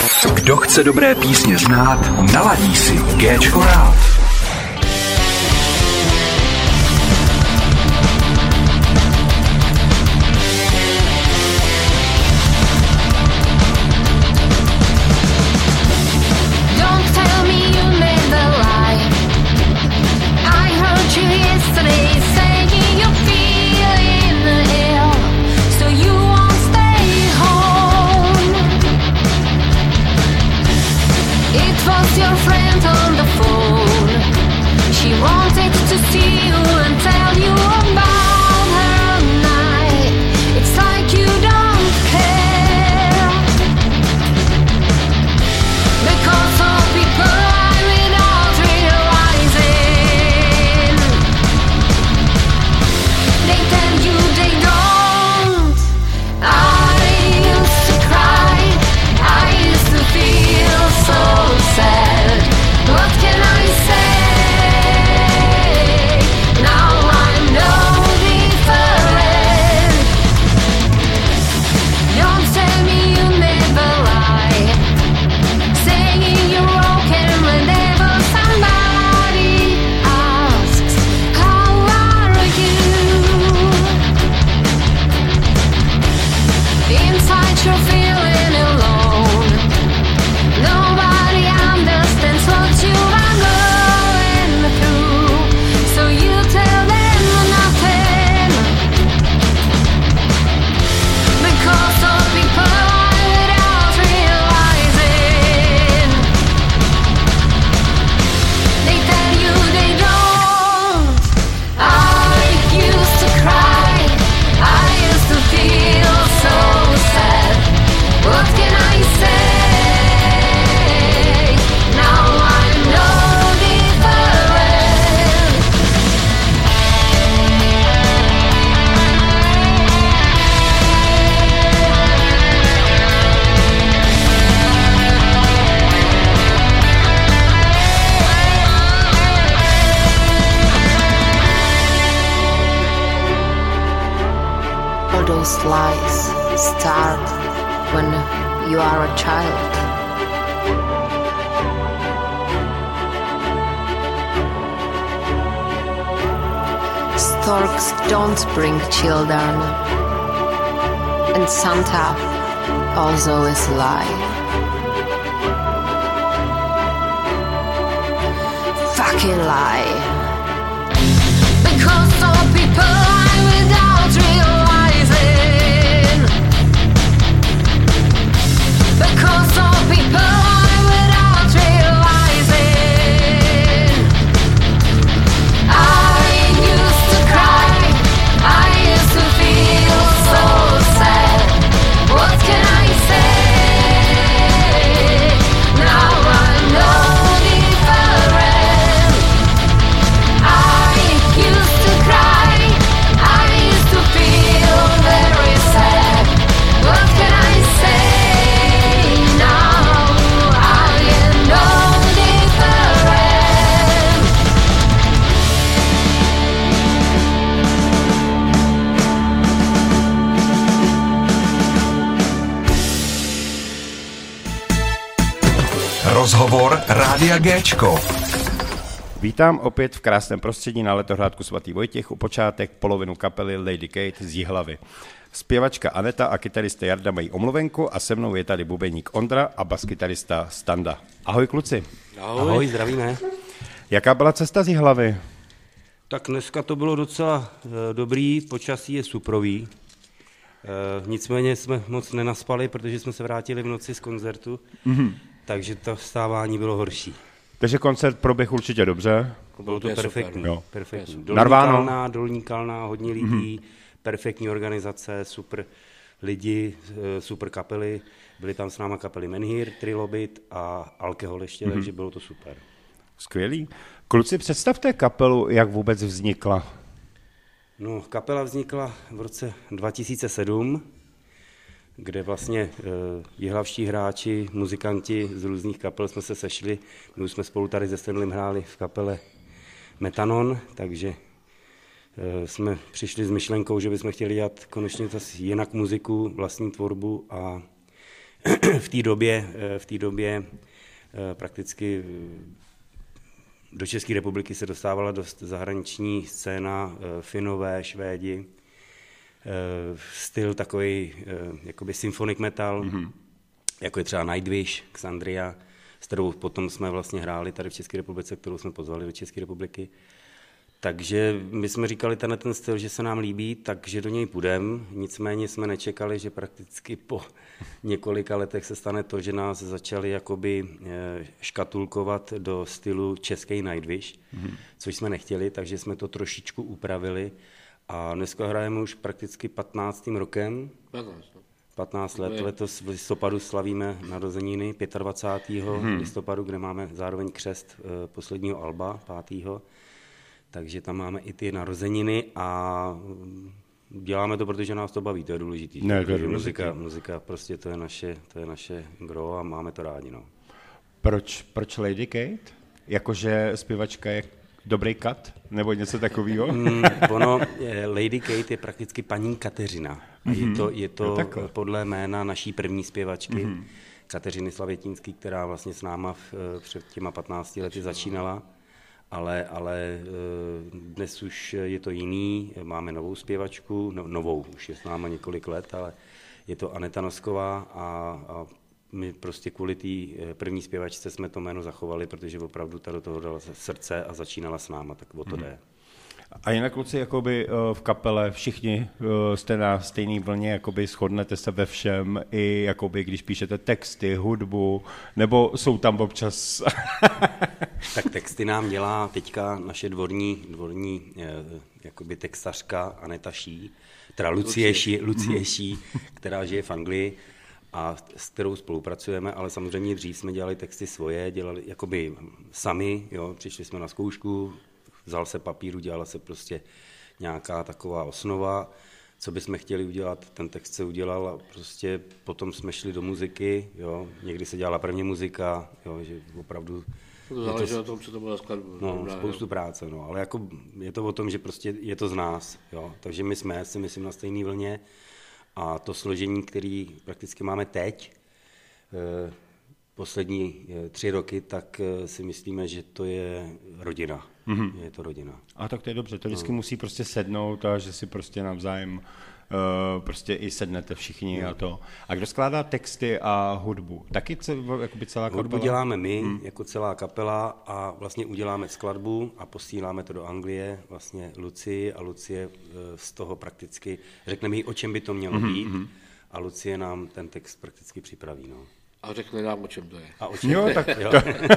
Kdo chce dobré písně znát, naladí si Géčko rád. Your friend on the phone. She wanted to see you and tell you about her night. It's like you don't care. Because all people lie without realizing. They tell you they don't. I used to cry. I used to feel so sad. What can I say? Now I know different. Don't tell me you never lie. Saying you're okay whenever somebody asks, how are you? Inside you're feeling alone. Nobody understands what you are going through, so you tell them nothing. Because all people lie without realizing. They tell you they don't. I used to cry. I used to feel so sad. What can I say? Now I know different. All those lies start when you are a child. Storks don't bring children, and Santa also is a lie. Fucking lie. Because all people lie without realizing. Because all people lie without realizing. I used to cry. I used to feel so sad. What can I say? Now I know different. I used to cry. I used to feel very sad. What can I say? Now I know different. Rozhovor Rádia Géčko. Vítám opět v krásném prostředí na letohrádku Svatý Vojtěch u počátek polovinu kapely Lady Kate z Jihlavy. Zpěvačka Aneta a kytarista Jarda mají omluvenku a se mnou je tady bubeník Ondra a baskytarista Standa. Ahoj kluci. Ahoj, zdravíme. Jaká byla cesta z Jihlavy? Tak dneska to bylo docela dobrý, počasí je suprový. Nicméně jsme moc nenaspali, protože jsme se vrátili v noci z koncertu, takže to vstávání bylo horší. Takže koncert proběh určitě dobře. Bylo to perfektní. Jo. Perfektní. Dolní Kalna, hodně lidí, perfektní organizace, super lidi, super kapely. Byly tam s náma kapely Menhir, Trilobit a Alkohol ještě, takže bylo to super. Skvělý. Kluci, představte kapelu, jak vůbec vznikla. No, kapela vznikla v roce 2007, kde vlastně jihlavští hráči, muzikanti z různých kapel jsme se sešli. My už jsme spolu tady se Stanleym hráli v kapele Metanon, takže jsme přišli s myšlenkou, že bychom chtěli dělat konečně zase jinak muziku, vlastní tvorbu a v té době prakticky do České republiky se dostávala dost zahraniční scéna, Finové, Švédi, styl takový jakoby symphonic metal, jako je třeba Nightwish, Xandria, s kterou potom jsme vlastně hráli tady v České republice, kterou jsme pozvali do České republiky. Takže my jsme říkali ten styl, že se nám líbí, takže do něj půjdeme. Nicméně jsme nečekali, že prakticky po několika letech se stane to, že nás začali jakoby škatulkovat do stylu český Nightwish, což jsme nechtěli, takže jsme to trošičku upravili. A dneska hrajeme už prakticky 15. rokem. 15 let. Letos v listopadu slavíme narozeniny 25. listopadu, kde máme zároveň křest posledního alba, 5. Takže tam máme i ty narozeniny a děláme to, protože nás to baví, to je důležité. Muzika prostě to je naše gro a máme to rádi. No. Proč Lady Kate? Jakože zpěvačka je dobrý kat? Nebo něco takového? Lady Kate je prakticky paní Kateřina. Je to podle jména naší první zpěvačky, Kateřiny Slavětínský, která vlastně s náma před těma 15 lety začínala. Ale dnes už je to jiný, máme novou zpěvačku, novou, už je s náma několik let, ale je to Aneta Nosková a my prostě kvůli té první zpěvačce jsme to jméno zachovali, protože opravdu ta do toho dala srdce a začínala s náma, tak o to jde. A jinak, kluci, jakoby v kapele všichni jste na stejné vlně, jakoby shodnete se ve všem, i jakoby, když píšete texty, hudbu, nebo jsou tam občas... Tak texty nám dělá teďka naše dvorní jakoby textařka Aneta Ší, teda Lucie Ší, která žije v Anglii a s kterou spolupracujeme, ale samozřejmě dřív jsme dělali texty svoje, dělali jakoby sami, jo, přišli jsme na zkoušku, vzal se papíru, dělala se prostě nějaká taková osnova, co bychom chtěli udělat, ten text se udělal a prostě potom jsme šli do muziky, jo, někdy se dělala první muzika, jo, že opravdu... To záleží na tom, co to bylo skladbu. No, spoustu práce, no, ale jako je to o tom, že prostě je to z nás, jo, takže my jsme, si myslím, na stejné vlně a to složení, který prakticky máme teď, poslední 3 roky, tak si myslíme, že to je rodina. Je to rodina. A tak to je dobře, to vždycky musí prostě sednout a že si prostě navzájem prostě i sednete všichni a to. A kdo skládá texty a hudbu? Taky jakoby celá kapela? Hudbu děláme my, jako celá kapela a vlastně uděláme skladbu a posíláme to do Anglie, vlastně Lucii a Lucie z toho prakticky, řekneme jí, o čem by to mělo být a Lucie nám ten text prakticky připraví, no. A řekne nám, o čem to je. A o čem jo, tak jo.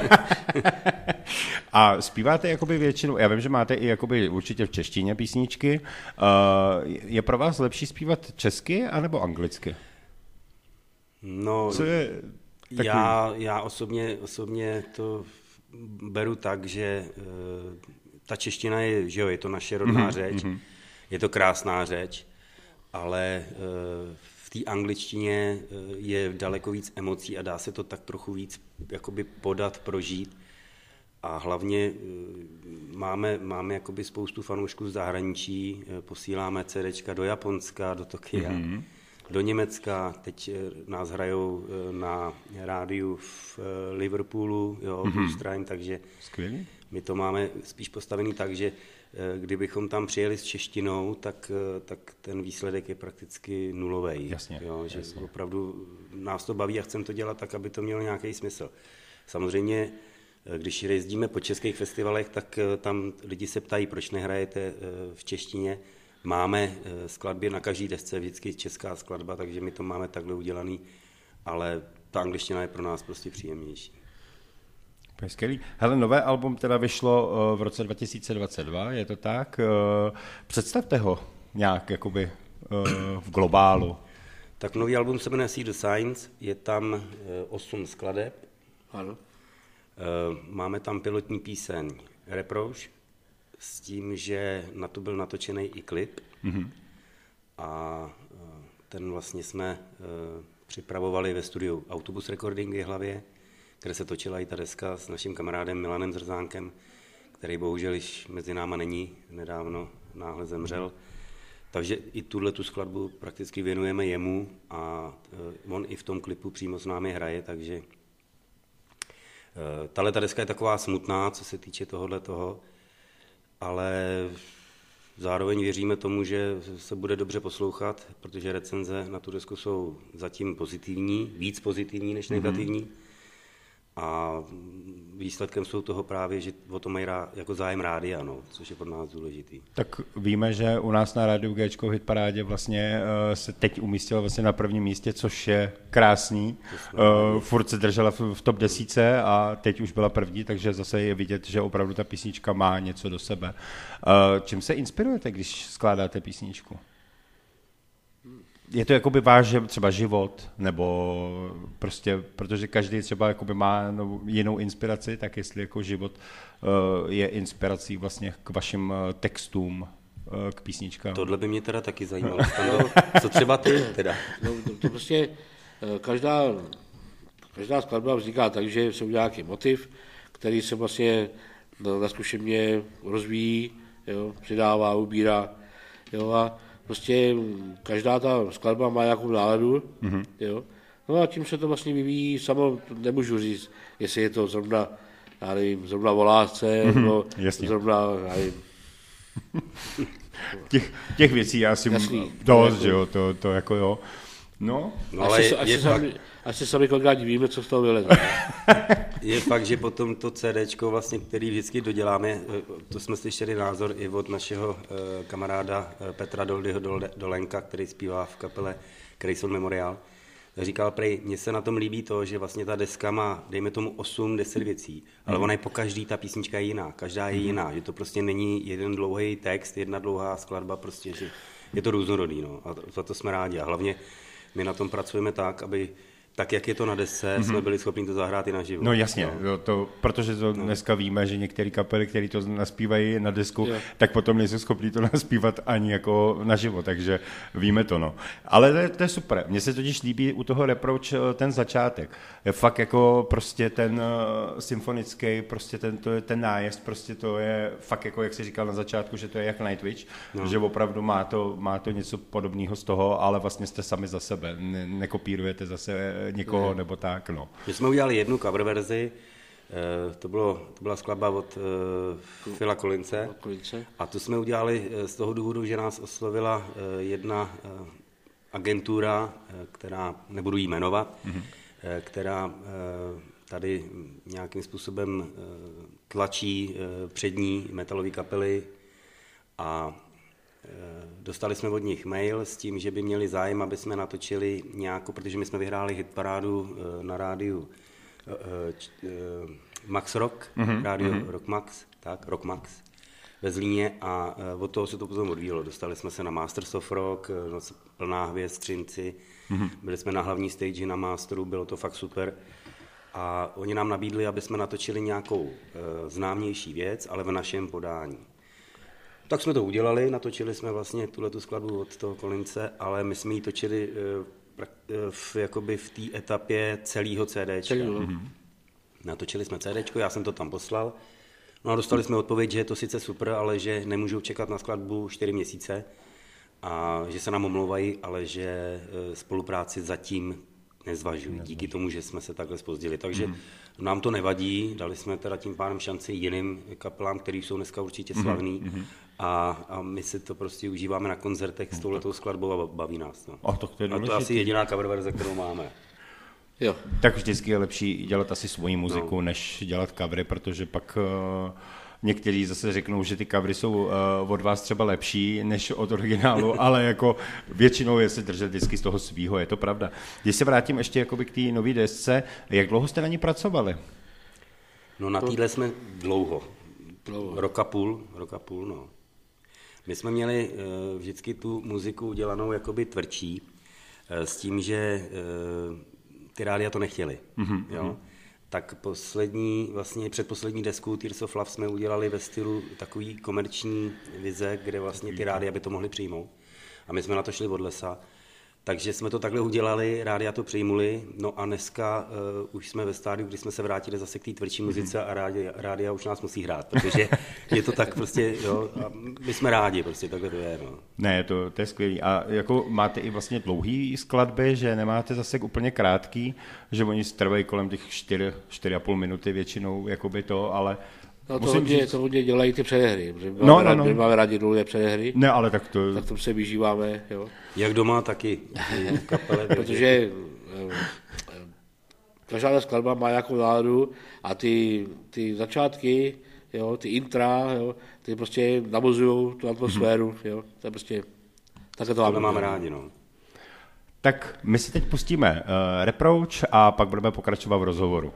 A zpíváte jakoby většinou, já vím, že máte i jakoby určitě v češtině písničky. Je pro vás lepší zpívat česky anebo anglicky? No, co je takový? Já osobně to beru tak, že ta čeština je, že jo, je to naše rodná řeč, je to krásná řeč, ale v té angličtině je daleko víc emocí a dá se to tak trochu víc jakoby podat, prožít. A hlavně máme jakoby spoustu fanoušků z zahraničí, posíláme CDčka do Japonska, do Tokia, do Německa, teď nás hrajou na rádiu v Liverpoolu, jo, Bruce, takže skvělý. My to máme spíš postavený tak, že kdybychom tam přijeli s češtinou, tak ten výsledek je prakticky nulový. Jasně, jo, že opravdu nás to baví a chceme to dělat tak, aby to mělo nějaký smysl. Samozřejmě, když jezdíme po českých festivalech, tak tam lidi se ptají, proč nehrajete v češtině. Máme skladby na každý desce, vždycky česká skladba, takže my to máme takhle udělaný, ale ta angličtina je pro nás prostě příjemnější. Skvělý. Hele, nové album teda vyšlo v roce 2022, je to tak? Představte ho nějak jakoby v globálu. Tak nový album se jmenuje See the Signs, je tam 8 skladeb. Ano. Máme tam pilotní píseň Reproach, s tím, že na to byl natočený i klip. A ten vlastně jsme připravovali ve studiu Autobus Recording v Jihlavě, kde se točila i ta deska s naším kamarádem Milanem Zrzánkem, který bohužel již mezi náma není, nedávno náhle zemřel. Takže i tu skladbu prakticky věnujeme jemu a on i v tom klipu přímo s námi hraje, takže tahle deska je taková smutná, co se týče toho, ale zároveň věříme tomu, že se bude dobře poslouchat, protože recenze na tu desku jsou zatím pozitivní, víc pozitivní než negativní. A výsledkem jsou toho právě, že o to mají jako zájem rádia, no, což je pro nás důležitý. Tak víme, že u nás na Rádiu Géčko v Hitparádě vlastně se teď umístila vlastně na prvním místě, což je krásný. Furt se držela v top 10 a teď už byla první, takže zase je vidět, že opravdu ta písnička má něco do sebe. Čím se inspirujete, když skládáte písničku? Je to jakoby váš třeba život, nebo prostě, protože každý třeba jakoby má jinou inspiraci, tak jestli jako život je inspirací vlastně k vašim textům, k písničkám. Tohle by mě teda taky zajímalo. Co třeba ty teda? No, to prostě každá skladba vzniká tak, že se udělá nějaký motiv, který se vlastně na zkušeně rozvíjí, jo, přidává, ubírá, jo, a prostě každá ta skladba má nějakou náladu, jo. No a tím se to vlastně vyvíjí, samo nemůžu říct, jestli je to zrovna, já nevím, zrovna o lásce, nebo zrovna, já nevím. Těch věcí já si dost, že jo, to jako jo. No ale až se sami kolikrát víme, co z toho vyleze. Je fakt, že potom to CDčko, vlastně, který vždycky doděláme, to jsme slyšeli názor i od našeho kamaráda Petra Doldyho Dolenka, který zpívá v kapele Grayson Memorial. Říkal prej, mně se na tom líbí to, že vlastně ta deska má, dejme tomu 8-10 věcí, ale ona je po každý, ta písnička je jiná, každá je jiná, že to prostě není jeden dlouhý text, jedna dlouhá skladba, prostě, že je to různorodý, no, a za to jsme rádi a hlavně my na tom pracujeme tak, aby tak, jak je to na desce, jsme byli schopni to zahrát i naživo. No jasně, protože to dneska víme, že některé kapely, které to naspívají na desku, tak potom nejsou schopni to naspívat ani jako naživo, takže víme to, no. Ale to je super. Mně se totiž líbí u toho Reproach ten začátek. Je fakt jako prostě ten symfonický, prostě ten nájezd, prostě to je fakt jako, jak jsi říkal na začátku, že to je jak Nightwish, že opravdu má to něco podobného z toho, ale vlastně jste sami za sebe, nekopírujete zase někoho nebo tak, no. My jsme udělali jednu cover verzi, to byla skladba od Phila Collinse a tu jsme udělali z toho důvodu, že nás oslovila jedna agentura, která, nebudu jí jmenovat, která tady nějakým způsobem tlačí přední metalové kapely a dostali jsme od nich mail s tím, že by měli zájem, aby jsme natočili nějakou, protože my jsme vyhráli hitparádu na rádiu Max Rock, rádio Rock Max, tak, Rock Max ve Zlíně a od toho se to potom odvíjelo. Dostali jsme se na Masters of Rock, plná hvězd, Třinci, byli jsme na hlavní stage na Masteru, bylo to fakt super. A oni nám nabídli, aby jsme natočili nějakou známější věc, ale v našem podání. Tak jsme to udělali, natočili jsme vlastně tuhletu skladbu od toho Collinse, ale my jsme ji točili jakoby v té etapě celého CDčka. Natočili jsme CDčko, já jsem to tam poslal. No a dostali jsme odpověď, že je to sice super, ale že nemůžou čekat na skladbu 4 měsíce a že se nám omlouvají, ale že spolupráci zatím nezvažují, díky tomu, že jsme se takhle zpozdili. Takže nám to nevadí, dali jsme teda tím pádem šanci jiným kapelám, který jsou dneska určitě slavný a my si to prostě užíváme na koncertech s touhletou skladbou a baví nás. No. A to je asi jediná cover verze, kterou máme. Jo. Tak vždycky je lepší dělat asi svoji muziku, než dělat covery, protože pak někteří zase řeknou, že ty covery jsou od vás třeba lepší než od originálu, ale jako většinou je se držet vždycky z toho svýho, je to pravda. Když se vrátím ještě jakoby k té nové desce, jak dlouho jste na ní pracovali? No na téhle jsme dlouho. Rok a půl, no. My jsme měli vždycky tu muziku udělanou jakoby tvrdší, s tím, že ty rádia to nechtěli. Jo? Tak vlastně předposlední desku Tears of Love jsme udělali ve stylu takový komerční vize, kde vlastně ty rádia by to mohly přijmout. A my jsme na to šli od lesa Takže jsme to takhle udělali, rádia to přijmuli, no a dneska už jsme ve stádiu, kdy jsme se vrátili zase k té tvrdší muzice a rádia už nás musí hrát, protože je to tak prostě, jo, a my jsme rádi, prostě takhle to je, no. Ne, to je skvělý. A jako máte i vlastně dlouhý skladby, že nemáte zase úplně krátký, že oni trvají kolem těch 4,5 minuty většinou, jakoby to, ale no to hodně dělají ty předehry, protože my máme rádi dlouhé předehry. Ne, ale tak to se vyžíváme, jo. Jak doma, taky v kapele. Protože každá ta skladba má nějakou náladu a ty začátky, jo, ty intra, jo, ty prostě navozují tu atmosféru, jo, to je prostě, takhle to máme rádi, no. Tak my si teď pustíme Reproach a pak budeme pokračovat v rozhovoru.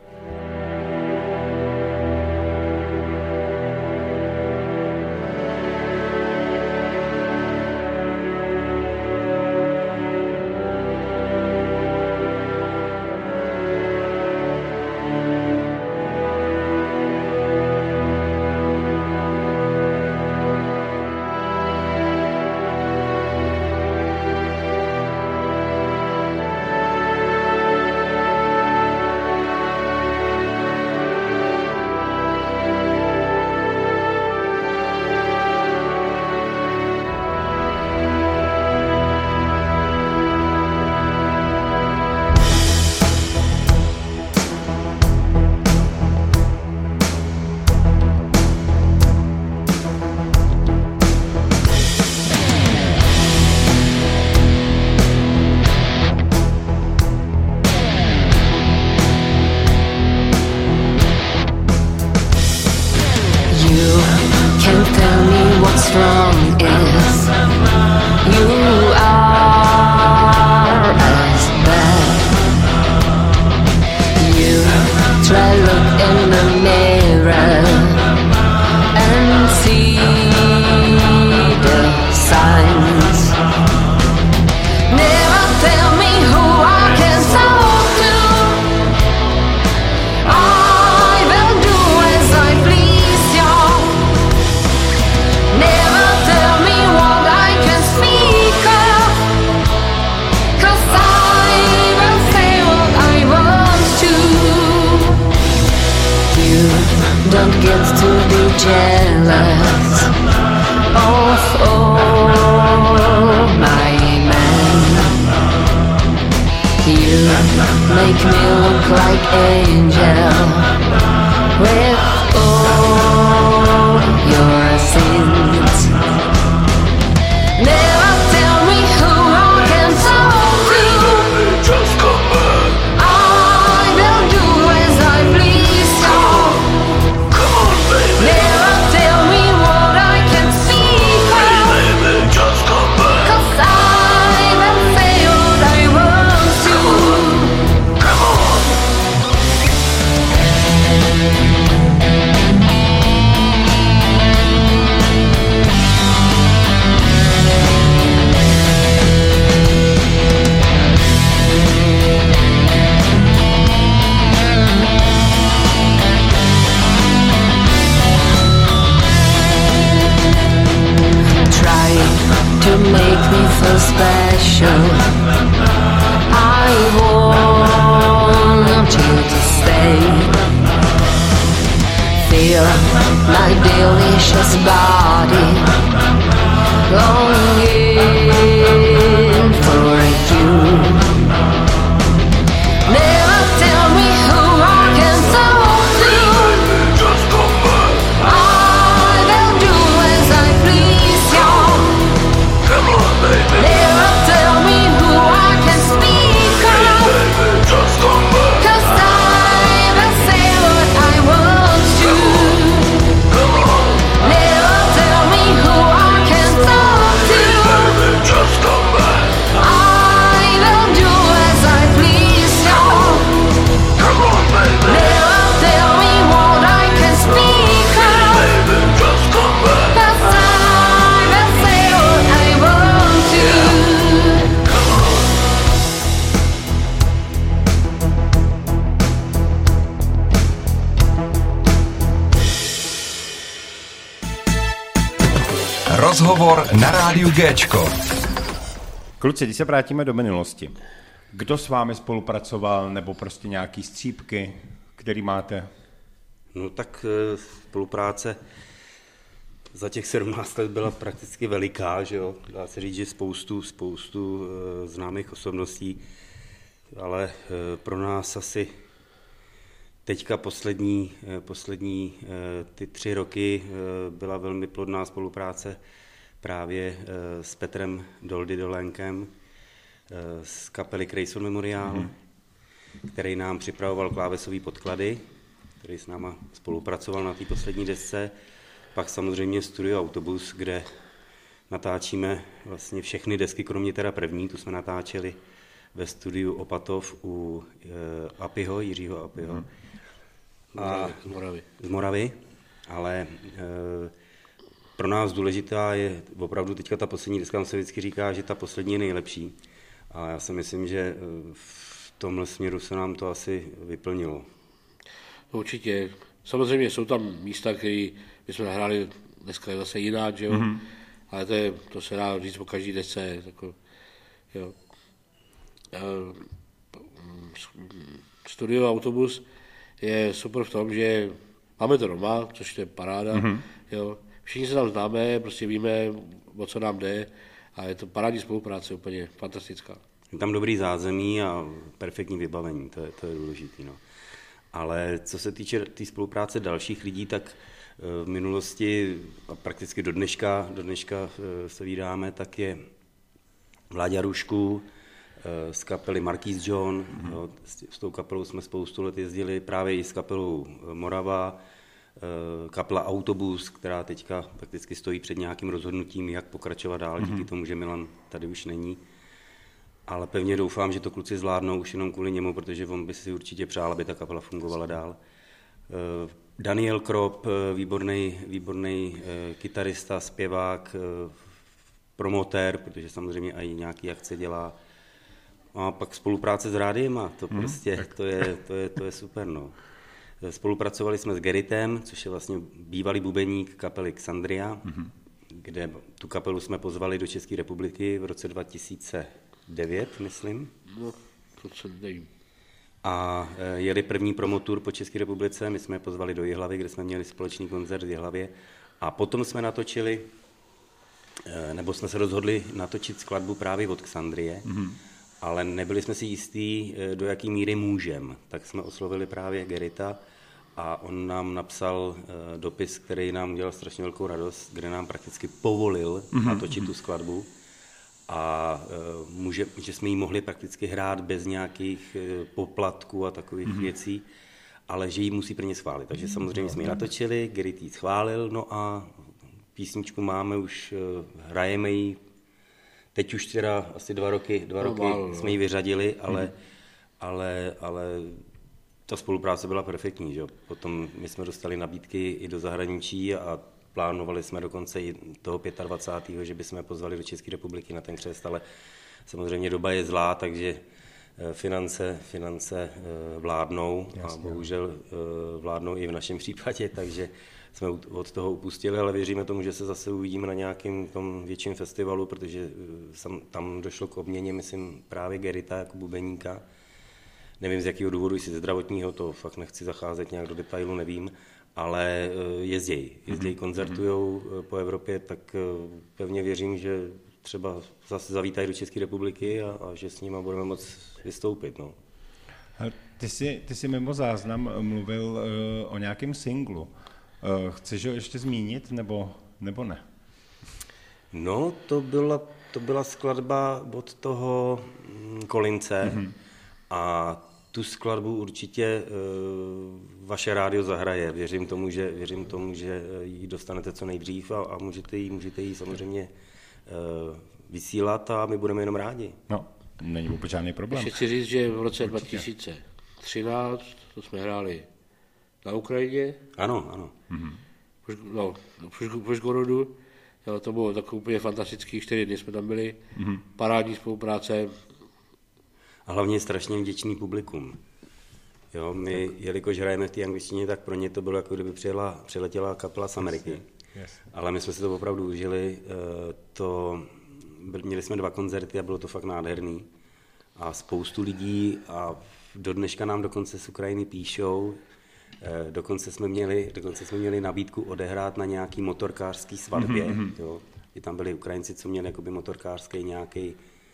Rozhovor na rádiu Géčko. Kluci, když se vrátíme do minulosti, kdo s vámi spolupracoval, nebo prostě nějaký střípky, který máte? No tak spolupráce za těch 17 let byla prakticky veliká, že jo? Dá se říct, že spoustu známých osobností, ale pro nás asi teďka poslední ty 3 roky byla velmi plodná spolupráce právě s Petrem Doldy-Dolenkem z kapely Crayson Memorial, který nám připravoval klávesové podklady, který s náma spolupracoval na té poslední desce. Pak samozřejmě Studio Autobus, kde natáčíme vlastně všechny desky, kromě teda první, tu jsme natáčeli ve studiu Opatov u Jiřího Apyho. Z Moravy, ale pro nás důležitá je opravdu teďka ta poslední deska, se vždycky říká, že ta poslední je nejlepší. A já si myslím, že v tomhle směru se nám to asi vyplnilo. Určitě. Samozřejmě jsou tam místa, které bychom nahráli dneska zase jinak, že jo? Ale to se dá říct po každý desce. Tako, jo. Studio Autobus je super v tom, že máme to doma, což je paráda. Jo. Všichni se tam známe, prostě víme, o co nám jde a je to parádní spolupráce, úplně fantastická. Je tam dobrý zázemí a perfektní vybavení, to je důležité. No. Ale co se týče té spolupráce dalších lidí, tak v minulosti a prakticky do dneška se vídáme, tak je Vláďa Rušku z kapely Marquis John. Jo, s tou kapelou jsme spoustu let jezdili, právě i s kapelou Morava, kapela Autobus, která teďka prakticky stojí před nějakým rozhodnutím, jak pokračovat dál, díky tomu, že Milan tady už není. Ale pevně doufám, že to kluci zvládnou už jenom kvůli němu, protože on by si určitě přál, aby ta kapela fungovala dál. Daniel Krop, výborný kytarista, zpěvák, promotér, protože samozřejmě i nějaký akce dělá. A pak spolupráce s rádiema, to prostě, to je super, no. Spolupracovali jsme s Geritem, což je vlastně bývalý bubeník kapely Xandria, kde tu kapelu jsme pozvali do České republiky v roce 2009, myslím. No, to se nevím. A jeli první promotur po České republice, my jsme je pozvali do Jihlavy, kde jsme měli společný koncert v Jihlavě. A potom jsme natočili, nebo jsme se rozhodli natočit skladbu právě od Xandrie, ale nebyli jsme si jistí, do jaký míry můžeme. Tak jsme oslovili právě Gerita a on nám napsal dopis, který nám dělal strašně velkou radost, kde nám prakticky povolil natočit tu skladbu a že jsme ji mohli prakticky hrát bez nějakých poplatků a takových věcí, ale že ji musí prvně schválit. Takže samozřejmě jsme ji natočili, Gerit ji schválil, no a písničku máme už, hrajeme ji. Teď už teda asi 2 roky jsme ji vyřadili, ale ta spolupráce byla perfektní. Že? Potom my jsme dostali nabídky i do zahraničí a plánovali jsme dokonce i toho 25. že bychom pozvali do České republiky na ten křest, ale samozřejmě doba je zlá, takže finance vládnou. Jasně. A bohužel vládnou i v našem případě, takže jsme od toho upustili, ale věříme tomu, že se zase uvidíme na nějakém tom větším festivalu, protože tam došlo k obměně, myslím, právě Gerita jako bubeníka. Nevím z jakého důvodu, jestli ze zdravotního, to fakt nechci zacházet nějak do detailu, nevím, ale jezdějí, koncertujou po Evropě, tak pevně věřím, že třeba zase zavítají do České republiky a že s nimi budeme moct vystoupit. No. Ty jsi mimo záznam mluvil o nějakém singlu. Chceš ho ještě zmínit, nebo ne? No, to byla skladba od toho Kolince a tu skladbu určitě vaše rádio zahraje. Věřím tomu, že ji dostanete co nejdřív a můžete ji samozřejmě vysílat a my budeme jenom rádi. No, není vůbec žádný problém. Ještě chci říct, že v roce 2013 to jsme hráli na Ukrajině. Ano. V Užgorodu. To bylo takové úplně fantastický, 4 dny jsme tam byli. Parádní spolupráce. A hlavně strašně vděčný publikum. Jo, my, jelikož hrajeme v té angličtině, tak pro ně to bylo, jako kdyby přiletěla kapela z Ameriky. Yes. Ale my jsme si to opravdu užili. To měli jsme 2 koncerty a bylo to fakt nádherný. A spoustu lidí a do dneška nám dokonce z Ukrajiny píšou, dokonce jsme měli nabídku odehrát na nějaký motorkářský svatbě, jo. I tam byli Ukrajinci, co měli jakoby motorkářský nějaký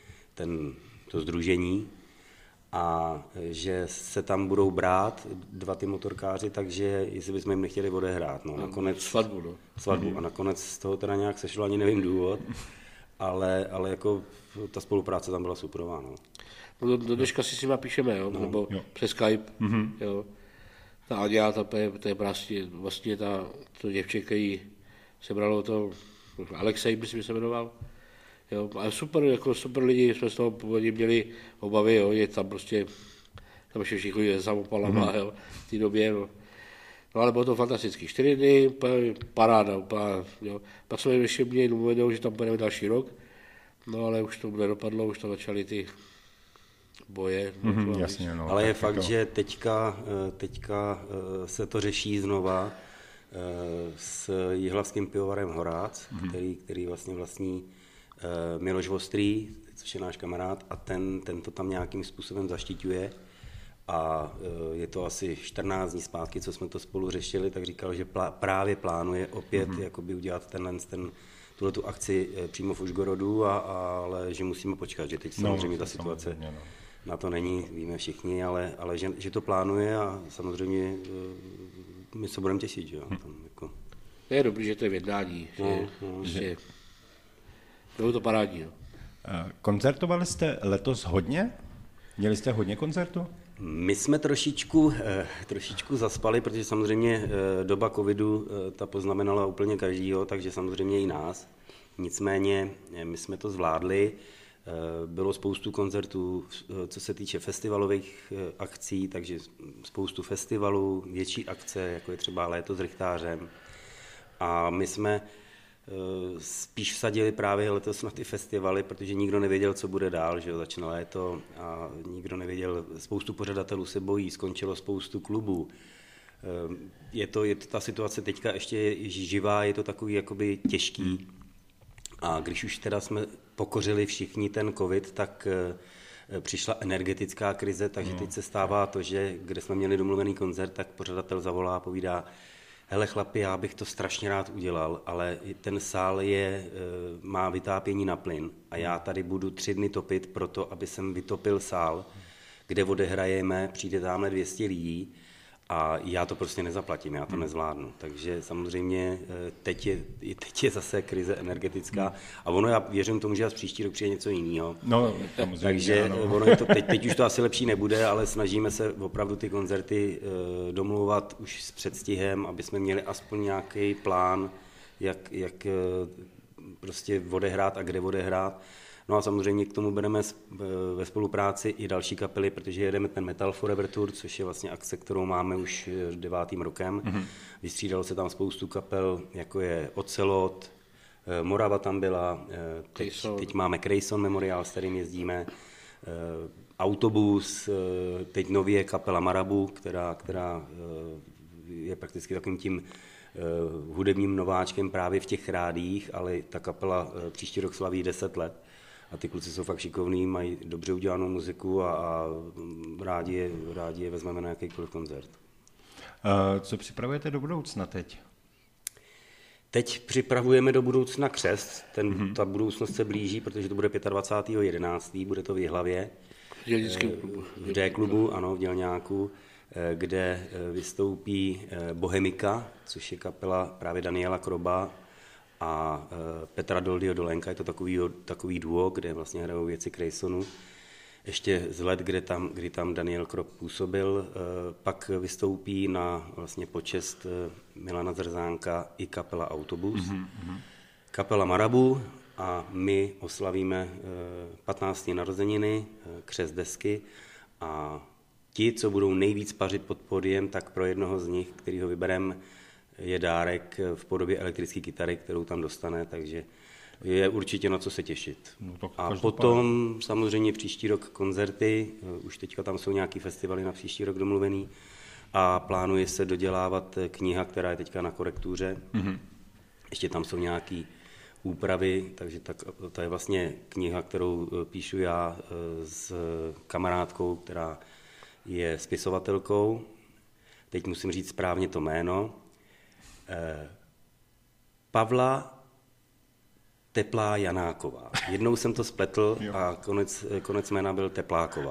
to sdružení a že se tam budou brát 2 ty motorkáři, takže jestli bychom jim nechtěli odehrát. No, nakonec, svatbu. A nakonec z toho teda nějak sešlo, ani nevím důvod, ale jako ta spolupráce tam byla superová. No. No do dneška si s nima píšeme, jo? Nebo přes Skype. Jo? Ta Adia, to je vlastně to děvče, který sebralo to, Alexej, myslím, že se jmenoval. Jo? Ale super lidi, jsme z toho původně měli obavy, jo? Je tam prostě, tam ještě všichni je samopalama, jo? V té době. No. No ale bylo to fantastický. 4 dny, paráda, jo. Pak jsme ještě měli domluvenou, že tam pojedeme další rok, no ale už to nedopadlo, už tam začaly ty boje. Jasně, no, ale je fakt, že teďka se to řeší znova s jihlavským pivovarem Horác, který vlastně vlastní Miloš Vostrý, což je náš kamarád, a ten to tam nějakým způsobem zaštiťuje. A je to asi 14 dní zpátky, co jsme to spolu řešili, tak říkal, že právě plánuje opět jakoby udělat tuhletu akci přímo v Užgorodu, ale že musíme počkat, že teď samozřejmě ta situace na to není, víme všichni, ale že to plánuje a samozřejmě my se budeme těšit. Že? Tam jako... Je dobrý, že to je v jednání, že bylo to parádní. No. Koncertovali jste letos hodně? Měli jste hodně koncertů? My jsme trošičku zaspali, protože samozřejmě doba covidu ta poznamenala úplně každýho, takže samozřejmě i nás. Nicméně my jsme to zvládli, bylo spoustu koncertů, co se týče festivalových akcí, takže spoustu festivalů, větší akce, jako je třeba Léto s Rychtářem. A my jsme spíš vsadili právě letos na ty festivaly, protože nikdo nevěděl, co bude dál, že jo, začne léto a nikdo nevěděl, spoustu pořadatelů se bojí, skončilo spoustu klubů. Je to ta situace teďka ještě živá, je to takový jakoby těžký a když už teda jsme pokořili všichni ten covid, tak přišla energetická krize, takže teď se stává to, že kde jsme měli domluvený koncert, tak pořadatel zavolá a povídá: hele chlapi, já bych to strašně rád udělal, ale ten sál má vytápění na plyn a já tady budu 3 dny topit proto, aby jsem vytopil sál, kde odehrajeme, přijde tamhle 200 lidí a já to prostě nezaplatím, já to nezvládnu. Takže samozřejmě teď je zase krize energetická a ono, já věřím tomu, že z příští rok přijde něco jiného. No, takže ono je to, teď už to asi lepší nebude, ale snažíme se opravdu ty koncerty domlouvat už s předstihem, aby jsme měli aspoň nějaký plán, jak prostě odehrát a kde odehrát. No a samozřejmě k tomu bereme ve spolupráci i další kapely, protože jedeme ten Metal Forever Tour, což je vlastně akce, kterou máme už 9. rokem. Vystřídalo se tam spoustu kapel, jako je Ocelot, Morava tam byla, teď máme Crayson Memorial, s kterým jezdíme, Autobus, teď nově kapela Marabu, která je prakticky takovým tím hudebním nováčkem právě v těch rádiích, ale ta kapela příští rok slaví 10 let. A ty kluci jsou fakt šikovní, mají dobře udělanou muziku a rádi je vezmeme na jakýkoliv koncert. Co připravujete do budoucna teď? Teď připravujeme do budoucna křest. Ta budoucnost se blíží, protože to bude 25.11., bude to v Jihlavě. V D-klubu, ano, v Dělňáku, kde vystoupí Bohemika, což je kapela právě Daniela Kroba a Petra Doldyho Dolenka. Je to takový duo, kde vlastně hrajou věci Craysonu. Ještě z let, kdy tam Daniel Krob působil, pak vystoupí na vlastně počest Milana Zrzánka i kapela Autobus, kapela Marabu a my oslavíme 15. narozeniny, křest desky a ti, co budou nejvíc pařit pod pódiem, tak pro jednoho z nich, kterýho vybereme, je dárek v podobě elektrické kytary, kterou tam dostane, takže je určitě na co se těšit. No, a potom samozřejmě příští rok koncerty, už teďka tam jsou nějaký festivaly na příští rok domluvený a plánuje se dodělávat kniha, která je teďka na korektuře. Ještě tam jsou nějaký úpravy, takže to je vlastně kniha, kterou píšu já s kamarádkou, která je spisovatelkou. Teď musím říct správně to jméno. Pavla Teplá Janáková. Jednou jsem to spletl a konec jména byl Tepláková.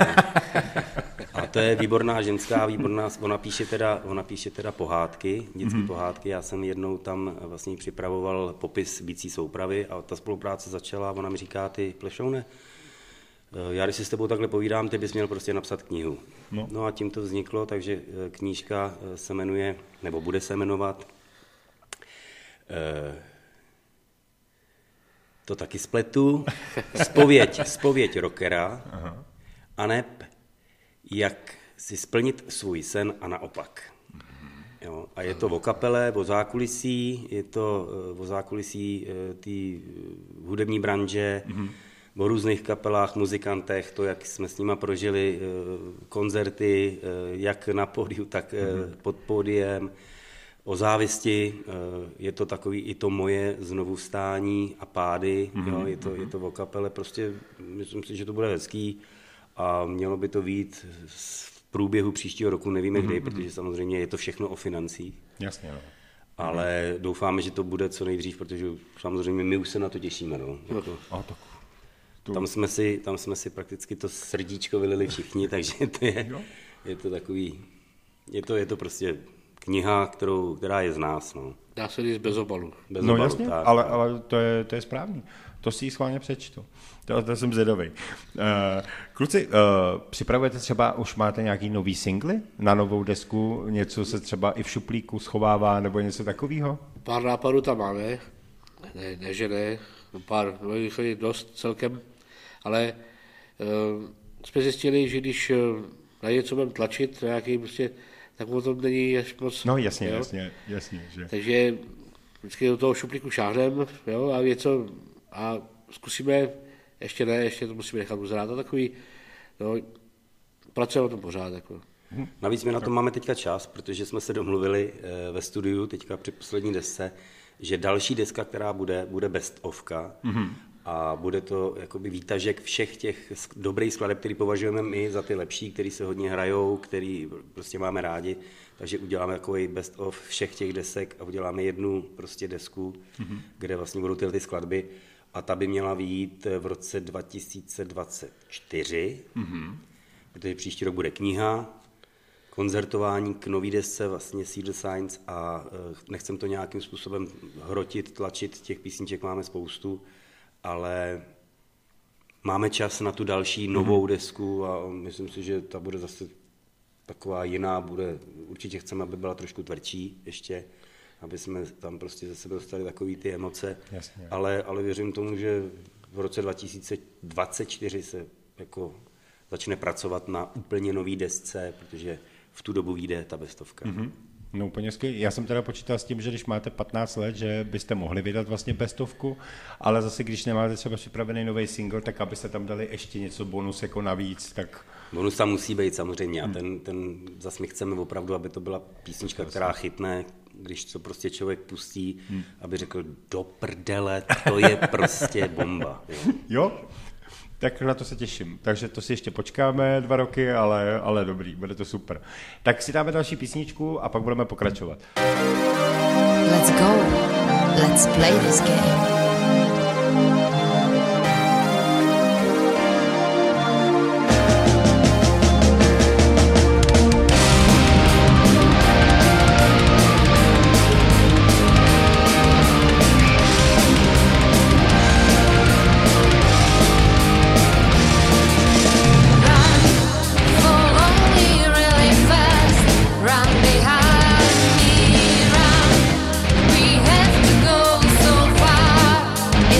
A to je výborná ženská, ona píše teda pohádky, dětské pohádky. Já jsem jednou tam vlastně připravoval popis bicí soupravy a ta spolupráce začala, ona mi říká, ty Plešoune, já když si s tebou takhle povídám, ty bys měl prostě napsat knihu. No a tím to vzniklo, takže knížka se jmenuje, nebo bude se jmenovat, to taky spletu, Zpověď rockera, aneb jak si splnit svůj sen a naopak. Jo, a je to o kapele, o zákulisí, je to o zákulisí té hudební branže, o různých kapelách, muzikantech, to, jak jsme s nima prožili koncerty, jak na pódiu, tak pod pódiem, o závisti, je to takový i to moje znovu vstání a pády, jo, je to o kapele, prostě myslím si, že to bude hezký a mělo by to být v průběhu příštího roku, nevíme kdy, protože samozřejmě je to všechno o financích. Jasně, no. Ale doufáme, že to bude co nejdřív, protože samozřejmě my už se na to těšíme. No. Tam jsme si prakticky to srdíčko vylili všichni, takže je to takový, je to prostě kniha, která je z nás. No. Dá se říct bez obalu. Jasně, tak, ale to je správný. To si ji schválně přečtu. To jsem zvědavý. Kluci, připravujete třeba, už máte nějaký nový singly na novou desku? Něco se třeba i v šuplíku schovává nebo něco takového? Pár nápadů tam máme. Ne, že ne. Pár, dost celkem. Ale jsme zjistili, že když na něco budeme tlačit, nějaký prostě, tak o tom není až moc. No jasně. Že. Takže vždycky do toho šuplíku šáhneme, jo, a něco a zkusíme, ještě to musíme nechat uzrát a takový, no, pracujeme na tom pořád. Jako. Navíc my na to máme teďka čas, protože jsme se domluvili ve studiu teďka při poslední desce, že další deska, která bude best ofka a bude to jakoby výtažek všech těch dobrých skladeb, který považujeme my za ty lepší, který se hodně hrajou, který prostě máme rádi, takže uděláme takový best of všech těch desek a uděláme jednu prostě desku, kde vlastně budou ty skladby a ta by měla vyjít v roce 2024, protože příští rok bude kniha, koncertování k nový desce, vlastně Seed Signs a nechcem to nějakým způsobem hrotit, tlačit, těch písniček máme spoustu, ale máme čas na tu další novou desku a myslím si, že ta bude zase taková jiná, určitě chceme, aby byla trošku tvrdší ještě, aby jsme tam prostě ze sebe dostali takový ty emoce, ale věřím tomu, že v roce 2024 se jako začne pracovat na úplně nový desce, protože v tu dobu vyjde ta bestovka. No úplně skvělý. Já jsem teda počítal s tím, že když máte 15 let, že byste mohli vydat vlastně bestovku, ale zase když nemáte třeba připravený nový single, tak abyste tam dali ještě něco bonus jako navíc, tak... Bonus tam musí být samozřejmě a ten zase my chceme opravdu, aby to byla písnička, která chytne, když to prostě člověk pustí, aby řekl do prdele, to je prostě bomba. Jo? Tak na to se těším. Takže to si ještě počkáme 2 roky, ale dobrý, bude to super. Tak si dáme další písničku a pak budeme pokračovat. Let's go. Let's play this game. We have to go so far.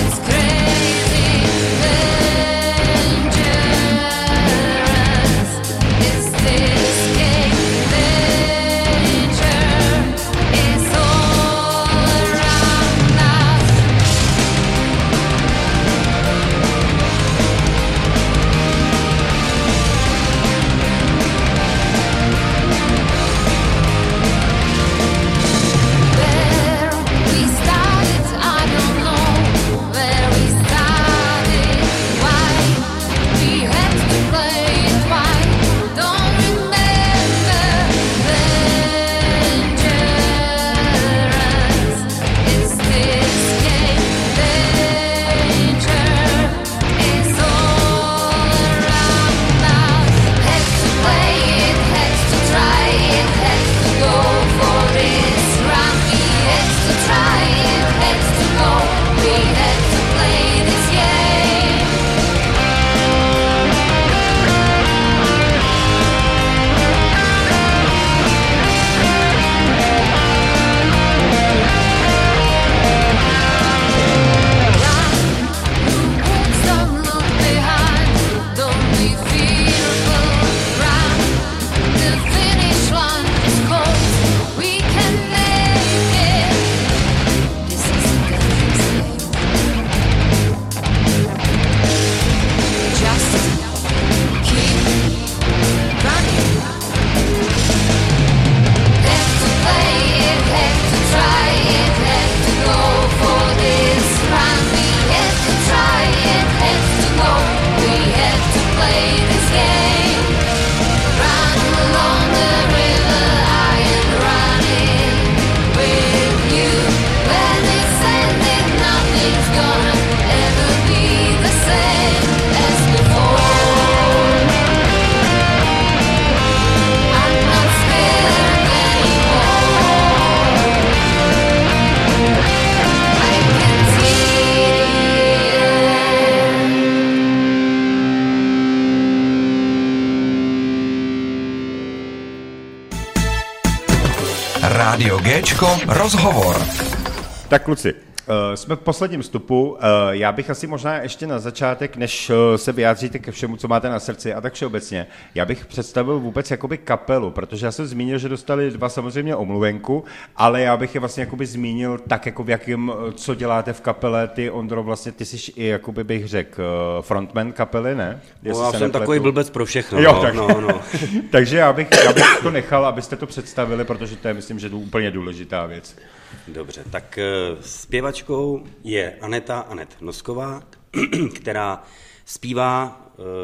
Rádio Géčko, rozhovor. Tak kluci, jsme v posledním vstupu. Já bych asi možná ještě na začátek, než se vyjádříte ke všemu, co máte na srdci a tak všeobecně, já bych představil vůbec jakoby kapelu, protože já jsem zmínil, že dostali 2 samozřejmě omluvenku, ale já bych je vlastně jakoby zmínil tak, jako v jakým, co děláte v kapele. Ty, Ondro, vlastně ty jsi i, jakoby bych řekl, frontman kapely, ne? No, já jsem takový blbec pro všechno. Jo, tak. No. Takže já bych to nechal, abyste to představili, protože to je, myslím, že to úplně důležitá věc. Dobře, tak zpěvačkou je Anet Nosková, která zpívá,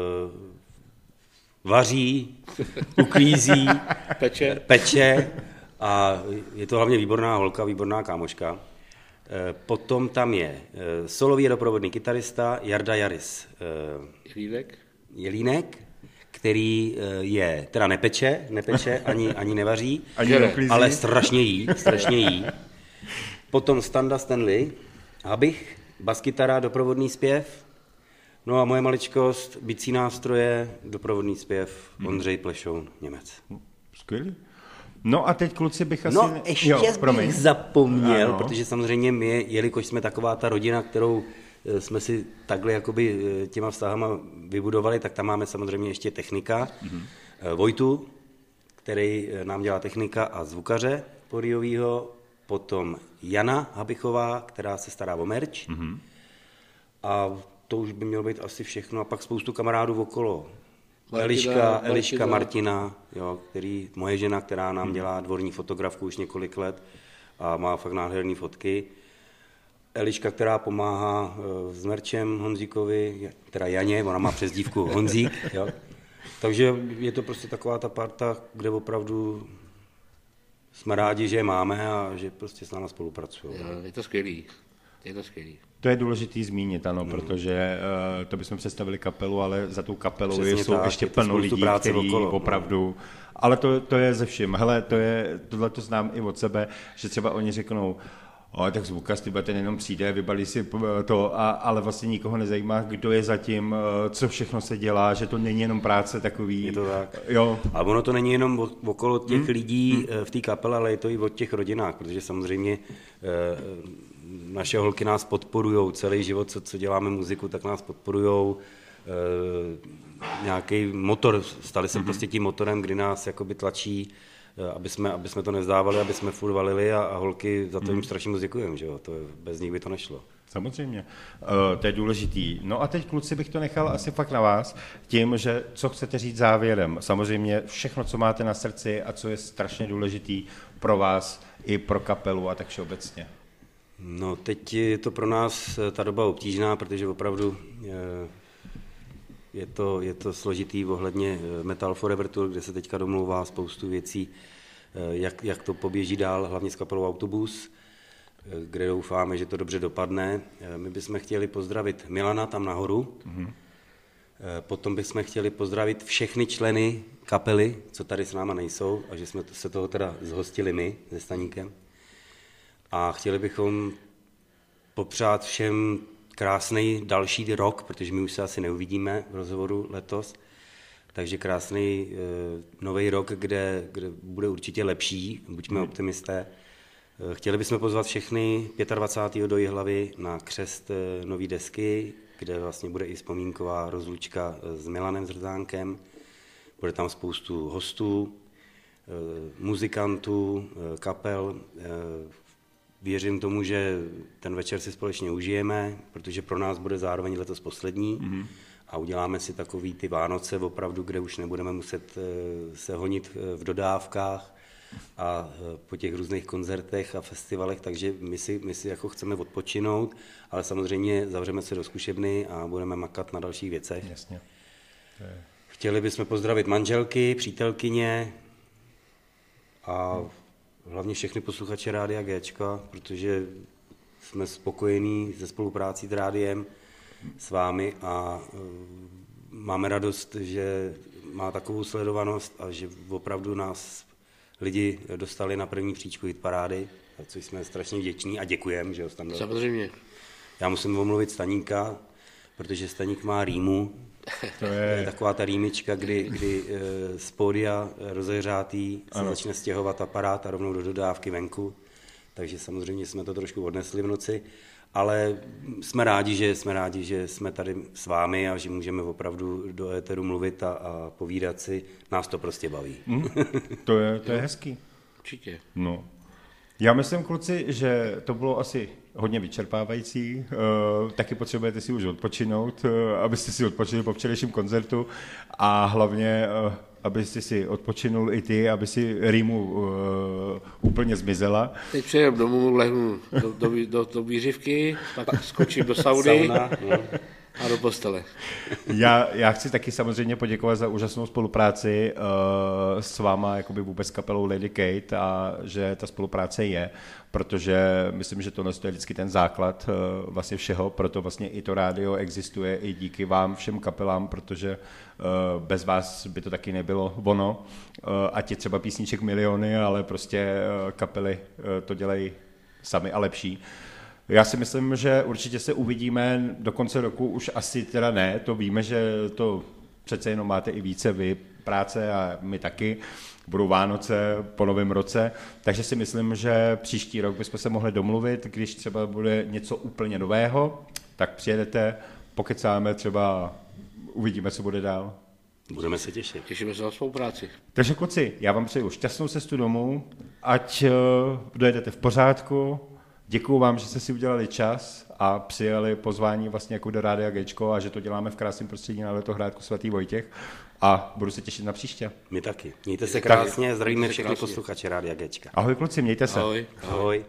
vaří, uklízí, peče a je to hlavně výborná holka, výborná kámoška. Potom tam je solový doprovodný kytarista Jarda Jaris Jelínek, který je, teda nepeče ani nevaří, ale strašně jí. Potom Standa Stanley, Habich, baskytara, doprovodný zpěv, no a moje maličkost, bicí nástroje, doprovodný zpěv, Ondřej Plešoun, Němec. Skvělý. No a teď kluci bych asi... No ještě bych zapomněl, ano. Protože samozřejmě my, jelikož jsme taková ta rodina, kterou jsme si takhle jakoby těma vztahama vybudovali, tak tam máme samozřejmě ještě technika, Vojtu, který nám dělá technika a zvukaře pódiovýho, potom Jana Habichová, která se stará o merch a to už by mělo být asi všechno a pak spoustu kamarádů okolo. Eliška Martina, jo, moje žena, která nám dělá dvorní fotografku už několik let a má fakt nádherné fotky. Eliška, která pomáhá s merčem Honzíkovi, teda Janě, ona má přezdívku Honzík, jo. Takže je to prostě taková ta parta, kde opravdu jsme rádi, že je máme a že prostě s námi spolupracují. Je to skvělý. To je důležitý zmínit, ano, protože to bychom představili kapelu, ale za tou kapelou jsou ještě plno lidí, kteří opravdu... Ale to je ze vším. Hele, tohle to znám i od sebe, že třeba oni řeknou, tak zvukař, ten jenom přijde, vybalí si to, ale vlastně nikoho nezajímá, kdo je zatím, co všechno se dělá, že to není jenom práce takový. Je to tak. Jo. A ono to není jenom okolo těch lidí v té kapele, ale je to i od těch rodinách, protože samozřejmě naše holky nás podporujou celý život, co děláme muziku, tak nás podporujou. Nějaký motor, stali se prostě tím motorem, kdy nás jakoby tlačí, aby jsme to nevzdávali, aby jsme furt valili a holky za to jim strašně moc děkujeme, že jo, bez nich by to nešlo. Samozřejmě, to je důležitý. No a teď, kluci, bych to nechal asi fakt na vás, tím, že co chcete říct závěrem. Samozřejmě všechno, co máte na srdci a co je strašně důležitý pro vás i pro kapelu a tak všeobecně. No, teď je to pro nás ta doba obtížná, protože opravdu je to složitý ohledně Metal Forever Tour, kde se teďka domlouvá spoustu věcí, jak to poběží dál, hlavně s kapelou Autobus, kde doufáme, že to dobře dopadne. My bychom chtěli pozdravit Milana tam nahoru, potom bychom chtěli pozdravit všechny členy kapely, co tady s náma nejsou, a že jsme se toho teda zhostili my se Staníkem. A chtěli bychom popřát všem krásný další rok, protože my už se asi neuvidíme v rozhovoru letos, takže krásný nový rok, kde bude určitě lepší, buďme optimisté. Chtěli bychom pozvat všechny 25. do Jihlavy na křest nový desky, kde vlastně bude i vzpomínková rozlučka s Milanem Zrzánkem. Bude tam spoustu hostů, muzikantů, kapel. Věřím tomu, že ten večer si společně užijeme, protože pro nás bude zároveň letos poslední a uděláme si takový ty Vánoce opravdu, kde už nebudeme muset se honit v dodávkách a po těch různých koncertech a festivalech, takže my si jako chceme odpočinout, ale samozřejmě zavřeme se do zkušebny a budeme makat na dalších věcech. Jasně. Chtěli bychom pozdravit manželky, přítelkyně a hlavně všechny posluchače Rádia Géčka, protože jsme spokojení se spoluprácí s rádiem, s vámi a máme radost, že má takovou sledovanost a že opravdu nás lidi dostali na první příčku hitparády, za což jsme strašně vděční a děkujeme, že ho tam dal. Samozřejmě. Já musím omluvit Staníka, protože Staník má rýmu. To je taková ta rýmička, kdy z pódia rozehřátý se začne stěhovat aparát a rovnou do dodávky venku. Takže samozřejmě jsme to trošku odnesli v noci, ale jsme rádi, že jsme tady s vámi a že můžeme opravdu do éteru mluvit a povídat si. Nás to prostě baví. To je hezký. Určitě. No. Já myslím, kluci, že to bylo asi hodně vyčerpávající. Taky potřebujete si už odpočinout, abyste si odpočinuli po včerejším koncertu a hlavně, abyste si odpočinul i ty, aby si rýmu úplně zmizela. Teď přejdem domů, lehnu do výřivky, pak skočím do sauny a do postele. Já chci taky samozřejmě poděkovat za úžasnou spolupráci s váma, jakoby vůbec kapelou Lady Kate, a že ta spolupráce je, protože myslím, že tohle je vždycky ten základ vlastně všeho, proto vlastně i to rádio existuje i díky vám všem kapelám, protože bez vás by to taky nebylo ono, ať je třeba písniček miliony, ale prostě kapely to dělají sami a lepší. Já si myslím, že určitě se uvidíme do konce roku, už asi teda ne, to víme, že to přece jenom máte i více vy práce a my taky, budou Vánoce po novém roce, takže si myslím, že příští rok bychom se mohli domluvit, když třeba bude něco úplně nového, tak přijedete, pokecáme třeba, uvidíme, co bude dál. Budeme se těšit. Těšíme se na spolupráci. Takže kluci, já vám přeju šťastnou cestu domů, ať dojedete v pořádku. Děkuju vám, že jste si udělali čas a přijali pozvání vlastně jako do Rádia Géčko a že to děláme v krásném prostředí na Letohrádku Svatý Vojtěch a budu se těšit na příště. My taky. Mějte se krásně, zdravíme všechny posluchače Rádia Géčka. Ahoj kluci, mějte se. Ahoj. Ahoj.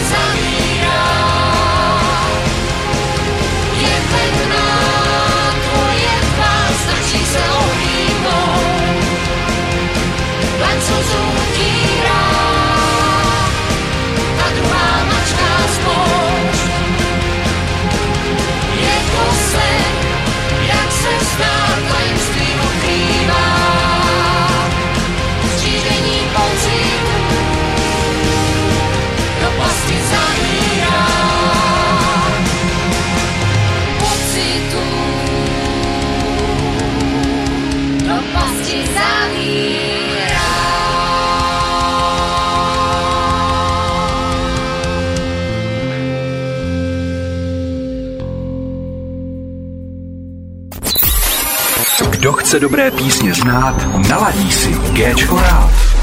zavírá. Je pevná tvoje tvár, stačí se ohlídnout. Len slzu utírá, ta druhá mačká spoušť. Je to sen, jak se vzdát, tajemství ukrývá. Střížení pocitu do pasti zavírá. Pocitu do pasti zavírá. Kdo chce dobré písně znát, naladí si Géčko rád.